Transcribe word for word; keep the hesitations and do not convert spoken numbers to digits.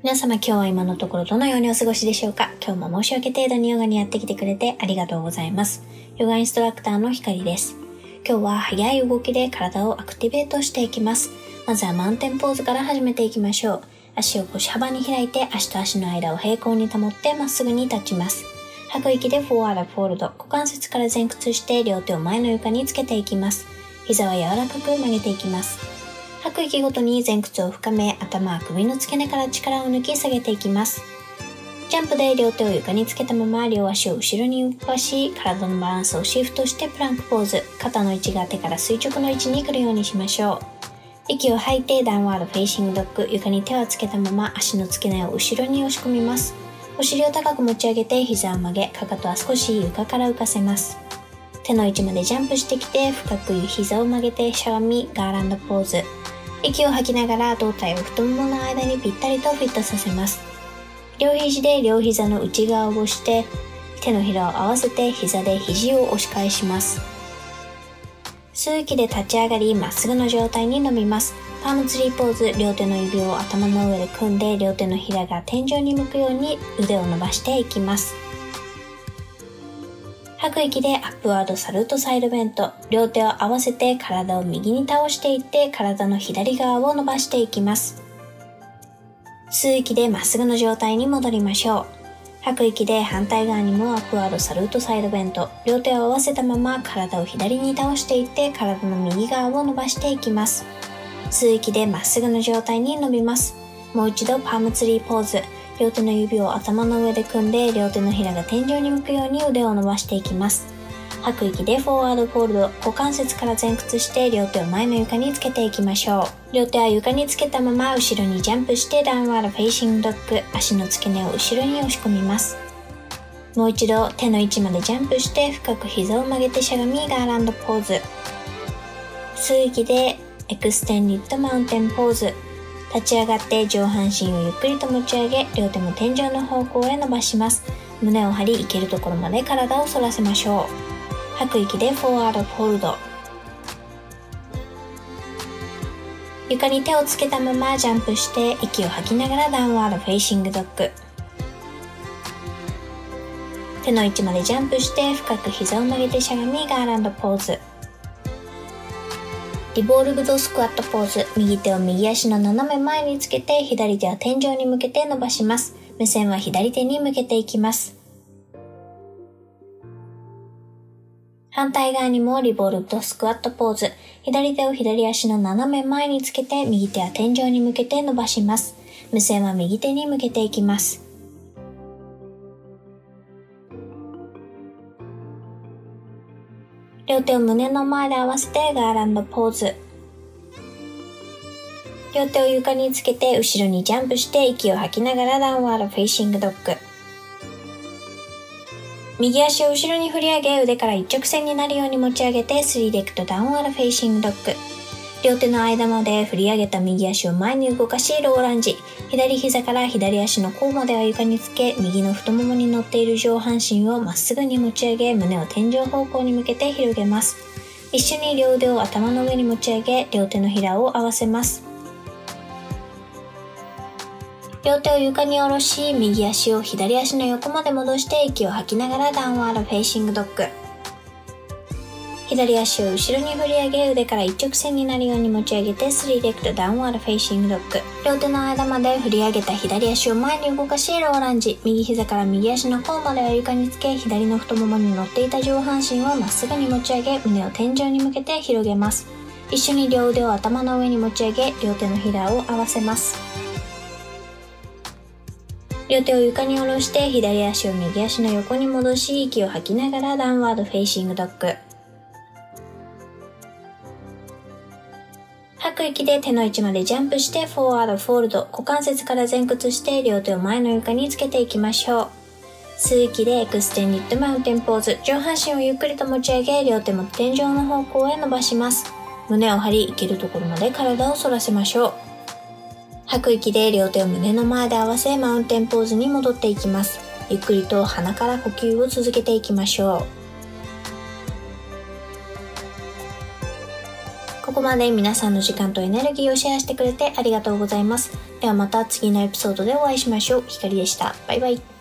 皆様今日は今のところどのようにお過ごしでしょうか。今日も申し訳程度にヨガにやってきてくれてありがとうございます。ヨガインストラクターのひかりです。今日は速い動きで体をアクティベートしていきます。まずはマウンテンポーズから始めていきましょう。足を腰幅に開いて足と足の間を平行に保ってまっすぐに立ちます。吐く息でフォワードフォールド、股関節から前屈して両手を前の床につけていきます。膝は柔らかく曲げていきます。吐く息ごとに前屈を深め、頭は首の付け根から力を抜き下げていきます。ジャンプで両手を床につけたまま両足を後ろに動かし、体のバランスをシフトしてプランクポーズ、肩の位置が手から垂直の位置に来るようにしましょう。息を吐いてダウンワードフェイシングドッグ、床に手をつけたまま足の付け根を後ろに押し込みます。お尻を高く持ち上げて膝を曲げ、かかとは少し床から浮かせます。手の位置までジャンプしてきて、深く膝を曲げてしゃがみガーランドポーズ。息を吐きながら胴体を太ももの間にぴったりとフィットさせます。両肘で両膝の内側を押して、手のひらを合わせて膝で肘を押し返します。吸う息で立ち上がり、まっすぐの状態に伸びます。パームツリーポーズ、両手の指を頭の上で組んで、両手のひらが天井に向くように腕を伸ばしていきます。吐く息でアップワードサルートサイドベント、両手を合わせて体を右に倒していって、体の左側を伸ばしていきます。吸う息でまっすぐの状態に戻りましょう。吐く息で反対側にもアップワードサルートサイドベント、両手を合わせたまま体を左に倒していって、体の右側を伸ばしていきます。吸う息でまっすぐの状態に伸びます。もう一度パームツリーポーズ、両手の指を頭の上で組んで、両手のひらが天井に向くように腕を伸ばしていきます。吐く息でフォワードフォールド、股関節から前屈して両手を前の床につけていきましょう。両手は床につけたまま後ろにジャンプしてダウンワードフェイシングドッグ、足の付け根を後ろに押し込みます。もう一度手の位置までジャンプして深く膝を曲げてしゃがみガーランドポーズ。吸う息でエクステンディッドマウンテンポーズ、立ち上がって上半身をゆっくりと持ち上げ、両手も天井の方向へ伸ばします。胸を張り、いけるところまで体を反らせましょう。吐く息でフォワードフォールド、床に手をつけたままジャンプして息を吐きながらダウンワードフェイシングドッグ、手の位置までジャンプして深く膝を曲げてしゃがみガーランドポーズ。リボルブドスクワットポーズ、右手を右足の斜め前につけて左手は天井に向けて伸ばします。目線は左手に向けていきます。反対側にもリボルブドスクワットポーズ、左手を左足の斜め前につけて右手は天井に向けて伸ばします。目線は右手に向けていきます。両手を胸の前で合わせてガーランドポーズ。両手を床につけて後ろにジャンプして息を吐きながらダウンワードフェイシングドッグ。右足を後ろに振り上げ、腕から一直線になるように持ち上げてスリーレッグとダウンワードフェイシングドッグ。両手の間まで振り上げた右足を前に動かしローランジ。左膝から左足の甲までは床につけ、右の太ももに乗っている上半身をまっすぐに持ち上げ、胸を天井方向に向けて広げます。一緒に両腕を頭の上に持ち上げ、両手のひらを合わせます。両手を床に下ろし、右足を左足の横まで戻して息を吐きながらダウンワードフェイシングドッグ。左足を後ろに振り上げ、腕から一直線になるように持ち上げてスリーレッグとダウンワードフェイシングドッグ。両手の間まで振り上げた左足を前に動かしローランジ。右膝から右足の方までは床につけ、左の太ももに乗っていた上半身をまっすぐに持ち上げ、胸を天井に向けて広げます。一緒に両腕を頭の上に持ち上げ、両手のひらを合わせます。両手を床に下ろして左足を右足の横に戻し、息を吐きながらダウンワードフェイシングドッグ。吐く息で手の位置までジャンプしてフォワードフォールド、股関節から前屈して両手を前の床につけていきましょう。吸う息でエクステンディッドマウンテンポーズ、上半身をゆっくりと持ち上げ、両手も天井の方向へ伸ばします。胸を張り、いけるところまで体を反らせましょう。吐く息で両手を胸の前で合わせマウンテンポーズに戻っていきます。ゆっくりと鼻から呼吸を続けていきましょう。こここまで皆さんの時間とエネルギーをシェアしてくれてありがとうございます。ではまた次のエピソードでお会いしましょう。ひかりでした。バイバイ。